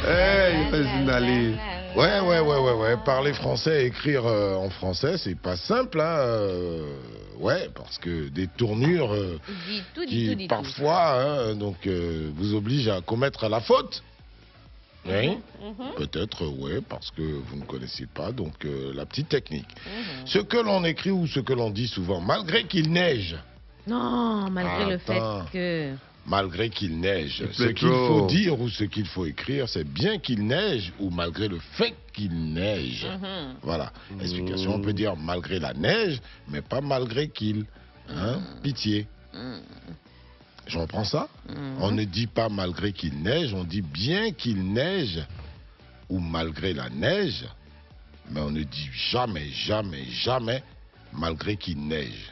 Il fait journaliste. Ouais. Parler français et écrire en français, c'est pas simple, hein. Ouais, parce que des tournures qui parfois vous obligent à commettre la faute. Oui, peut-être, ouais, parce que vous ne connaissez pas donc la petite technique. Ce que l'on écrit ou ce que l'on dit souvent, malgré qu'il neige. Non, malgré le fait que... Malgré qu'il neige. Ce qu'il faut dire ou ce qu'il faut écrire, c'est bien qu'il neige ou malgré le fait qu'il neige. Voilà. Explication, on peut dire malgré la neige, mais pas malgré qu'il. Hein? Pitié. Je reprends ça. On ne dit pas malgré qu'il neige, on dit bien qu'il neige ou malgré la neige, mais on ne dit jamais malgré qu'il neige.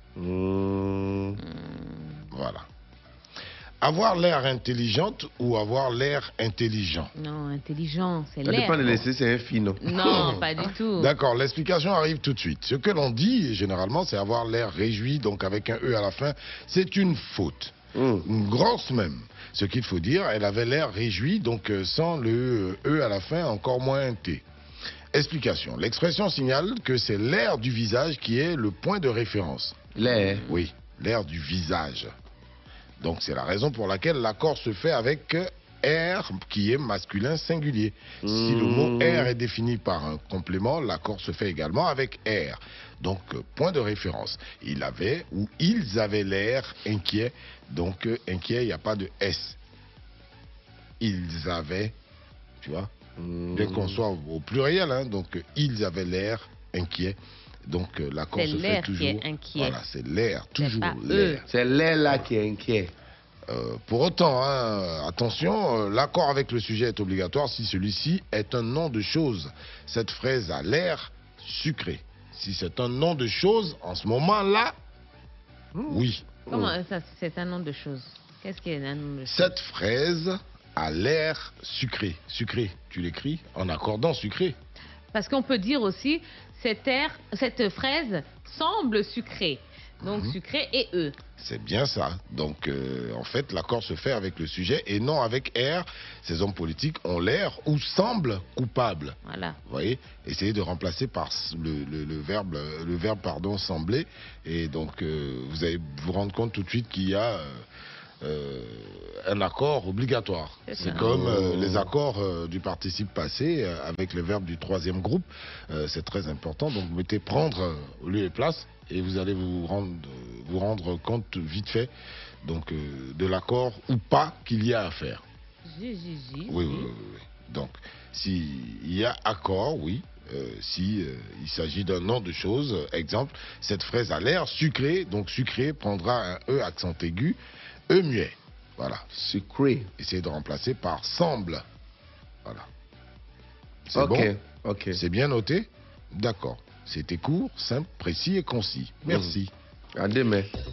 Voilà. Avoir l'air intelligente ou avoir l'air intelligent? Non, intelligent, c'est l'air. Ça dépend de l'essai, c'est un fino. Non, pas du tout. D'accord, l'explication arrive tout de suite. Ce que l'on dit, généralement, c'est avoir l'air réjoui, donc avec un E à la fin. C'est une faute. Une grosse même. Ce qu'il faut dire, elle avait l'air réjouie, donc sans le E à la fin, encore moins un T. Explication. L'expression signale que c'est l'air du visage qui est le point de référence. L'air? Oui, l'air du visage. Donc c'est la raison pour laquelle l'accord se fait avec R qui est masculin singulier. Si le mot R est défini par un complément, l'accord se fait également avec R. Donc point de référence. Il avait ou ils avaient l'air inquiet. Donc inquiet, il n'y a pas de S. Ils avaient, tu vois, bien qu'on soit au pluriel, hein, donc ils avaient l'air inquiet. Donc l'accord se fait toujours. C'est l'air qui est inquiet. Voilà, c'est l'air, toujours l'air. C'est l'air là qui est inquiet. Pour autant, hein, attention, l'accord avec le sujet est obligatoire si celui-ci est un nom de chose. Cette phrase a l'air sucré. Si c'est un nom de chose, en ce moment-là, oui. Comment ça, c'est un nom de chose? Qu'est-ce qui est un nom de chose? Cette phrase a l'air sucré. Sucré, tu l'écris en accordant sucré. Parce qu'on peut dire aussi, cette fraise semble sucrée. Donc sucré et E. C'est bien ça. Donc en fait, l'accord se fait avec le sujet et non avec R. Ces hommes politiques ont l'air ou semblent coupables. Voilà. Vous voyez? Essayez de remplacer par le verbe sembler. Et donc vous allez vous rendre compte tout de suite qu'il y a un accord obligatoire. C'est comme les accords du participe passé avec le verbe du troisième groupe. C'est très important. Donc mettez prendre au lieu et place et vous allez vous rendre compte vite fait donc, de l'accord ou pas qu'il y a à faire. Oui. Donc s'il y a accord, oui. Si il s'agit d'un nom de chose, exemple, cette fraise a l'air sucrée, donc sucré prendra un E accent aigu. E muet. Voilà. Sucré. Essayez de remplacer par semble. Voilà. C'est bon? Ok. C'est bien noté? D'accord. C'était court, simple, précis et concis. Merci. À demain.